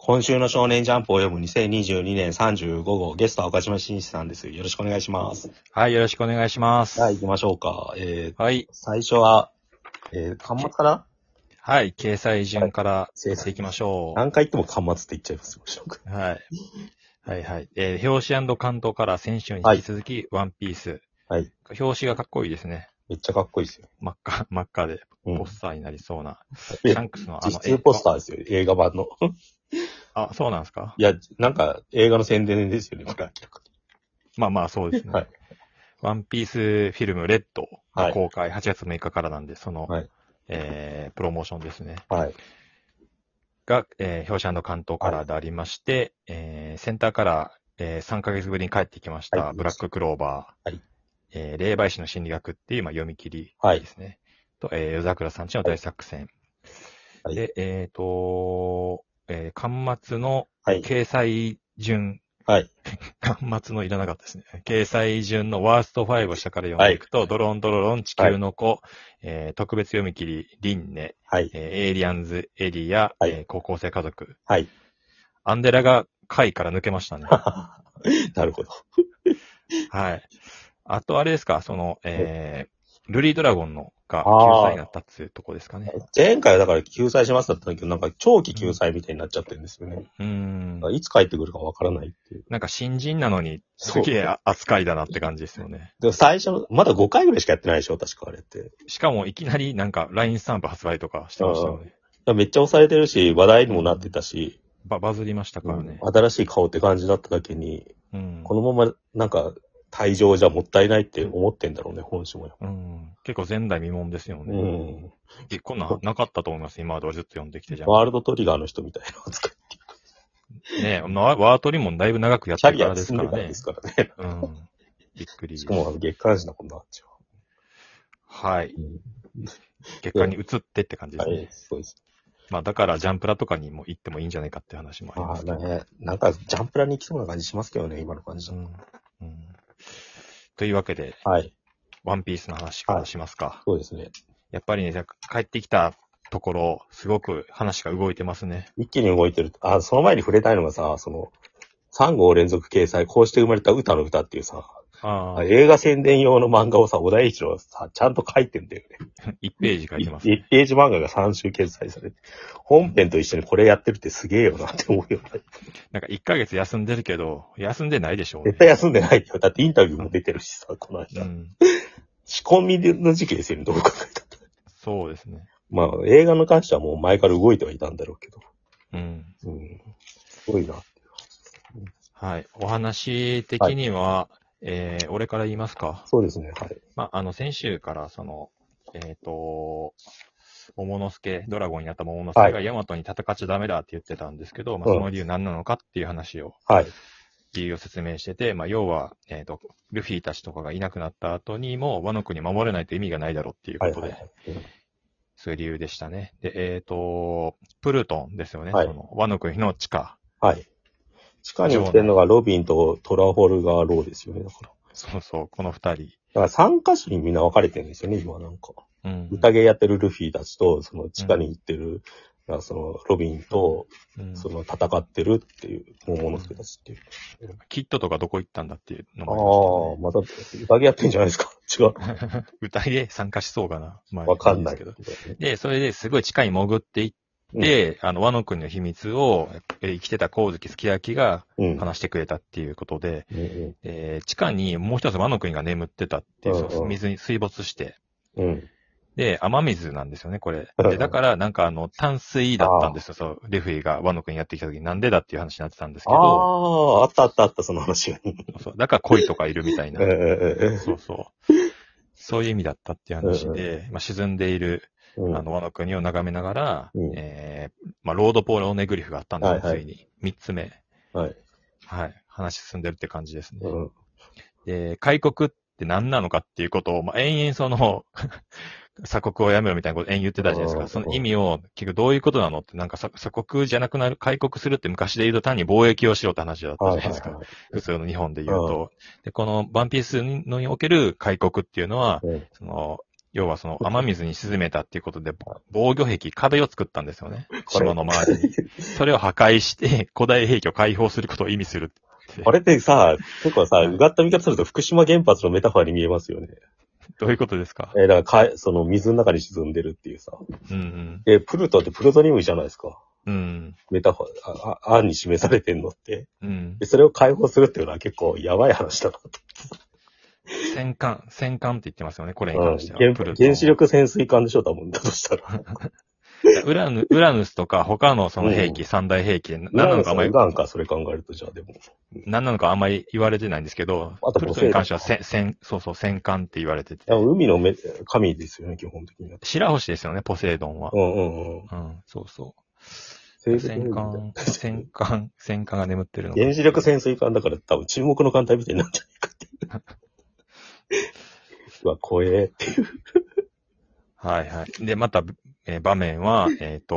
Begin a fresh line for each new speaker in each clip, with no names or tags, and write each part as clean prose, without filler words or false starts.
今週の少年ジャンプを読む2022年35号、ゲストは岡島真司さんです。よろしくお願いします。
はい、よろしくお願いします。
はい、行きましょうか。
はい。
最初は、端末から
はい、掲載順からやっていきましょう。
何回言っても端末って言っちゃいますよ。
はい。はいはい。表紙関東から先週に引き続き、ワンピース。
はい。
表紙がかっこいいですね。
めっちゃかっこいいですよ。
真っ赤で、ポスターになりそうな。
シ
ャンクスの
実質ポスターですよ、映画版の。
あ、そうなんですか？
いや、なんか映画の宣伝ですよね、
まあまあそうですね。はい。ワンピースフィルムレッドが公開、8月6日からなんで、その、はい、プロモーションですね。はい。が、表紙関東カラーでありまして、はい、センターカラー、3ヶ月ぶりに帰ってきました、はい、ブラッククローバー、はい、霊媒師の心理学っていう、読み切りですね。はい、と、夜桜さんちの大作戦。はい、で、巻末の掲載順。はい。巻末のいらなかったですね。掲載順のワースト5を下から読んでいくと、はい、ドロンドロロン、地球の子、はい、特別読み切り、リンネ、はい、エイリアンズ、エリア、はい、高校生家族。はい。アンデラが回から抜けましたね。
なるほど。
はい。あとあれですか、その、ルリードラゴンのが救済になったっていうとこですかね。
前回はだから救済しますだったんだけど、なんか長期救済みたいになっちゃってるんですよね。いつ帰ってくるかわからないっていう。
なんか新人なのに、すげえ扱いだなって感じですよね。
でも最初の、まだ5回ぐらいしかやってないでしょ、確かあれって。
しかもいきなりなんか LINE スタンプ発売とかしてましたよね。
めっちゃ押されてるし、話題にもなってたし。
バズりましたからね。
新しい顔って感じだっただけに、このままなんか、退場じゃもったいないって思ってんだろうね、本誌も。
結構前代未聞ですよね。こんなんなかったと思います、今まではずっと読んできてじゃん。
ワールドトリガーの人みたいな扱いっていう。
ねえ、ワートリもだいぶ長くやってからですからね。
ですからね。
びっくり。
しかも月刊誌のことになっちゃう。
はい。月刊に移ってって感じですね。はい、そうです。まあだからジャンプラとかにも行ってもいいんじゃないかって話もありますけど。
ね。なんかジャンプラに行きそうな感じしますけどね、今の感じだと。
というわけで、はい。ワンピースの話からしますか。はい、
そうですね。
やっぱりね、帰ってきたところ、すごく話が動いてますね。
一気に動いてる。その前に触れたいのがさ、3号連続掲載、こうして生まれた歌の歌っていうさ、映画宣伝用の漫画をさ、小田栄一郎さ、ちゃんと書いてんだよね。
1ページ書いてますね。
1ページ漫画が3週掲載されて、本編と一緒にこれやってるってすげえよなって思うよね。
なんか1ヶ月休んでるけど、休んでないでしょうね。
絶対休んでないよ。だってインタビューも出てるしさ、この間。仕込みの時期ですよね、どう考えたって。
そうですね。
まあ、映画に関してはもう前から動いてはいたんだろうけど。すごいな。
はい。お話的には、俺から言いますか。
そうですね。はい。
まあ、先週から桃之助、ドラゴンになった桃之助がヤマトに戦っちゃダメだって言ってたんですけど、まあ、その理由何なのかっていう話を、理由を説明してて、まあ、要は、ルフィたちとかがいなくなった後にも、ワノ国守れないと意味がないだろうっていうことで、そういう理由でしたね。で、プルトンですよね。その、ワノ国の地下。はい。
地下に来てるのがロビンとトラフォルガー・ローですよね、だから。
そうそう、この二人。
だから3カ所にみんな分かれてるんですよね、今なんか。宴やってるルフィたちと、その地下に行ってる、そのロビンと、その戦ってるっていう、桃之助たちっていう。
キッドとかどこ行ったんだっていうのも
ありましたね。また、宴やってんじゃないですか。違う。
宴参加しそうかな。
まあ、わかんない
けど。で、それですごい地下に潜っていって、ワノ国の秘密を、生きてた光月すき焼きが話してくれたっていうことで、地下にもう一つワノ国が眠ってたっていう、水に水没して、で、雨水なんですよね、これ。で、だから、なんか淡水だったんですよ、そう、レフィがワノ国にやってきた時になんでだっていう話になってたんですけど。
あった、その話が。
そう、だから鯉とかいるみたいな。そうそう。そういう意味だったっていう話で、まあ、沈んでいる、ワノ国を眺めながら、まあ、ロードポーロネグリフがあったんですよ、ついに。3つ目。はい。話進んでるって感じですね。で、開国って何なのかっていうことを、まあ、延々鎖国をやめろみたいなこと言ってたじゃないですか。その意味を結局どういうことなのって、なんか鎖国じゃなくなる、開国するって昔で言うと単に貿易をしろって話だったじゃないですか。普通の日本で言うと。で、このワンピースにおける開国っていうのは、 要はその雨水に沈めたっていうことで、防御壁、壁を作ったんですよね。島の周りに。それを破壊して、古代兵器を解放することを意味するって。
これってさ、結構さ、うがった見方すると福島原発のメタファーに見えますよね。
どういうことですか？
だからその水の中に沈んでるっていうさ。
うんうん。
で、プルトってプルトニウムじゃないですか。
うん。
メタファー、案に示されてんのって。
うん。
で、それを解放するっていうのは結構やばい話だなと。
戦艦って言ってますよね、これに関しては。
原子力潜水艦でしょ、多分、だとしたら。
ウラヌスとか他のその兵器、三大兵器で何なのかあんまり。
ウランか、それ考えると、じゃあでも。
何なのかあんまり言われてないんですけど、
あと
プルトに関しては戦艦って言われてて。
海の神ですよね、基本的には。
白星ですよね、ポセイドンは。そうそう。戦艦が眠ってるの。
原子力潜水艦だから多分注目の艦隊みたいになっちゃうかっていう。うわ、怖えっていう。
はいはい。で、また、場面は、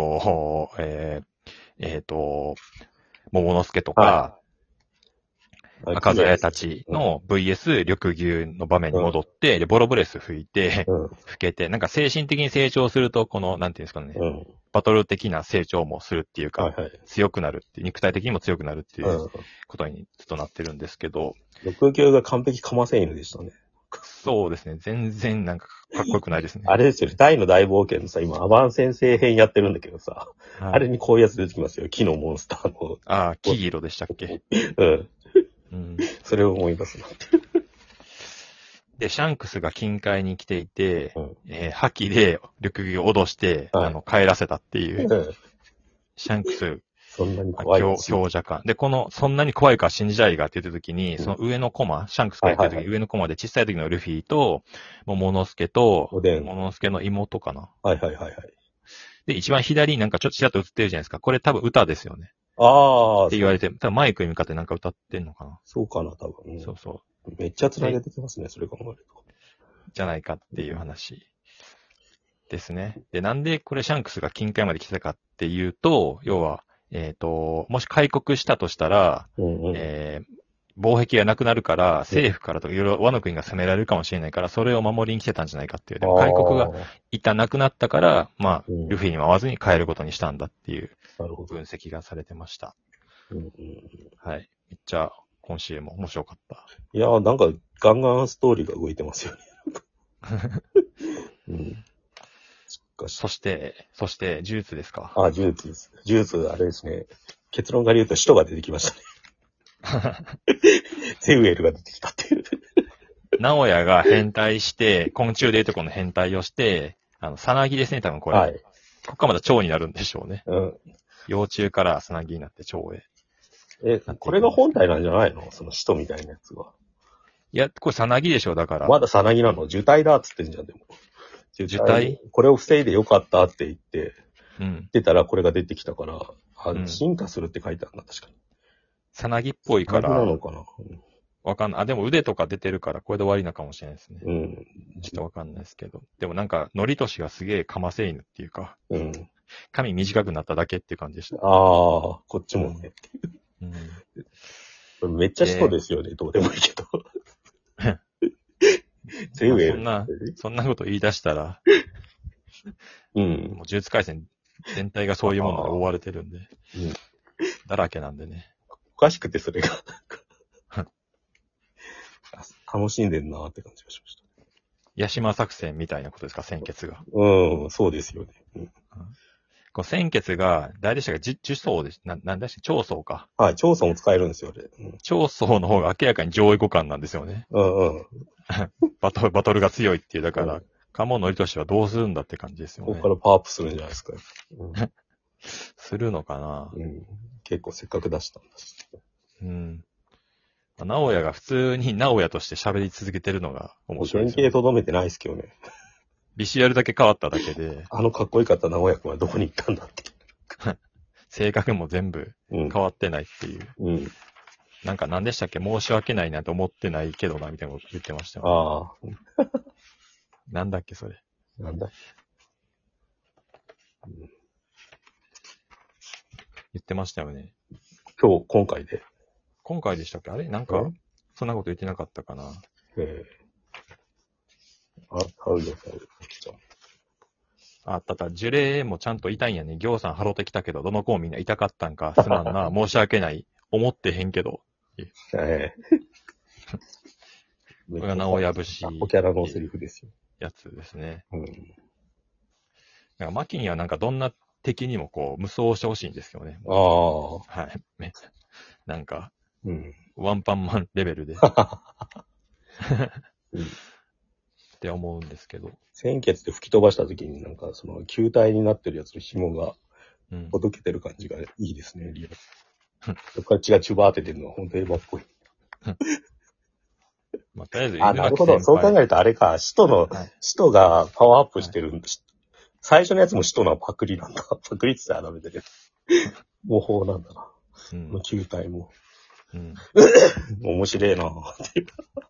桃之助とか、赤鞘たちの VS 緑牛の場面に戻って、で、ボロブレス吹いて、吹けて、なんか精神的に成長すると、この、なんていうんですかね、バトル的な成長もするっていうか、強くなるっていう、肉体的にも強くなるっていうことにずっとなってるんですけど。
緑牛が完璧かませ犬でしたね。
そうですね。全然なんかかっこよくないですね。
あれですよね。大の大冒険のさ、今、アバン先生編やってるんだけどさ、あれにこういうやつ出てきますよ。木のモンスターの。
ああ、木色でしたっけ？
うん。それを思い出すなって。
で、シャンクスが近海に来ていて、覇気で緑牛を脅して、帰らせたっていう。シャンクス。
そんなに怖いか。
強者感。で、そんなに怖いか信じたいかって言った時に、その上のコマ、シャンクスが言ってる時、上のコマで小さい時のルフィと、桃之助と、桃之助の妹かな。で、一番左になんかちょっとちらっと映ってるじゃないですか。これ多分歌ですよね。って言われて、多分マイクに向かってなんか歌ってんのかな。
そうかな、多分。
そうそう。
めっちゃ繋げてきますね、それ考えると。
じゃないかっていう話ですね。で、なんでこれシャンクスが近海まで来てたかっていうと、要は、もし開国したとしたら、防壁がなくなるから、政府からとかいろいろ和の国が攻められるかもしれないから、それを守りに来てたんじゃないかっていう。でも開国が一旦なくなったから、まあ、ルフィに会わずに帰ることにしたんだっていう分析がされてました。はい。めっちゃ今週も面白かった。
いやー、なんかガンガンストーリーが動いてますよね。
そして、呪術ですか。
呪術です。呪術、あれですね。結論から言うと使徒が出てきましたね。ゼウエルが出てきたっていう。
直哉が変態して、昆虫でいうとこの変態をして、さなぎですね、多分これ。ここからまた蝶になるんでしょうね。幼虫からさなぎになって蝶へ。
これが本体なんじゃないの？その使徒みたいなやつは。
いや、これさなぎでしょ、だから。
まださなぎなの？受胎だっつってんじゃん、でも。
受胎？
これを防いでよかったって言って、出たらこれが出てきたから、進化するって書いてあるな、確かに。
さなぎっぽいから。
なのかな？
わかんない。でも腕とか出てるから、これで終わりなかもしれないですね。ちょっとわかんないですけど。でもなんか、ノリトシがすげえかませ犬っていうか、髪短くなっただけっていう感じでした。
こっちもねっていう。めっちゃ使徒ですよね、どうでもいいけど。ゼウエル。
そんなこと言い出したら、もう呪術廻戦全体がそういうもので覆われてるんで、だらけなんでね。
おかしくてそれが。楽しんでんなーって感じがしました。
八島作戦みたいなことですか、先決が。
そうですよね。
こう先決が、誰でしたか、呪詛でなんだし、長宗か。
はい、長宗も使えるんですよ、ね。
長宗の方が明らかに上位互換なんですよね。バトルが強いっていう、だから、鴨のりとしてはどうするんだって感じですよね。
ここからパワーアップするんじゃないですか。
するのかな。
結構せっかく出したんだし。
直哉が普通に直哉として喋り続けてるのが面白いですよね。
原型とどめてないですけどね。
ビジュアルだけ変わっただけで。
かっこよかった直哉くんはどこに行ったんだって。
性格も全部変わってないっていう。なんか何でしたっけ、申し訳ないなと思ってないけどな、みたいなこと言ってましたよ、ね。なんだっけ、それ。
なんだ
言ってましたよね。
今回で。
今回でしたっけ、あれなんか、そんなこと言ってなかったかな。
買うよ、買う。
あった。樹齢もちゃんと痛いんやね。ぎょうさん払ってきたけど、どの子もみんな痛かったんか。すまんな。申し訳ない。思ってへんけど。
え
これが直やぶし。
おキャラのセリフですよ。
やつですね。
うん。
なんか、マキにはなんかどんな敵にもこう、無双してほしいんですけどね。
ああ。
はい。なんか、
うん。
ワンパンマンレベルで。
うん、
って思うんですけど。
鮮血で吹き飛ばした時になんかその球体になってるやつの紐がほどけてる感じがいいですね、リアル。そこから血がチュバーって出るのは本当エヴァっぽい。
まあ、とりあえず、
なるほど。そう考えるとあれか、使徒がパワーアップしてる、はい、最初のやつも使徒のパクリなんだ。パクリって言ったらダメだけど。模倣なんだな。この球体も。面白いなっていう。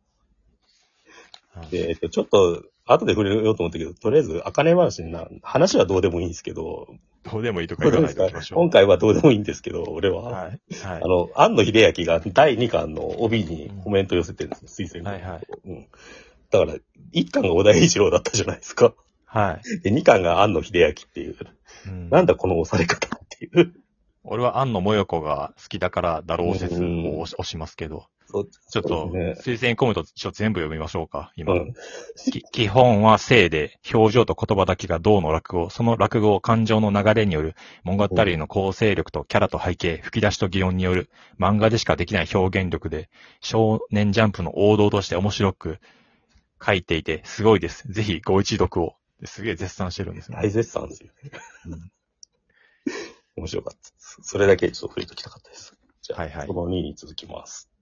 で、ちょっと、後で触れようと思ったけど、とりあえず、茜話話はどうでもいいんですけど。
どうでもいいとか言わないでおきましょう。
今回はどうでもいいんですけど、俺は。
はい。はい。
庵野秀明が第2巻の帯にコメント寄せてるんですよ、推薦
はいはい。
うん。だから、1巻が小田栄一郎だったじゃないですか。
はい。
で、2巻が庵野秀明っていう。なんだこの押され方っていう。
俺は庵野もよこが好きだからだろう説を押しますけど。ちょっと、推薦コメント全部読みましょうか、今。基本は性で、表情と言葉だけが銅の落語、その落語を感情の流れによる、物語の構成力とキャラと背景、吹き出しと擬音による、漫画でしかできない表現力で、少年ジャンプの王道として面白く書いていて、すごいです。ぜひご一読を。すげえ絶賛してるんですね。
大絶賛ですよね。面白かったです。それだけちょっと触れときたかったです。じゃあ、この2に続きます。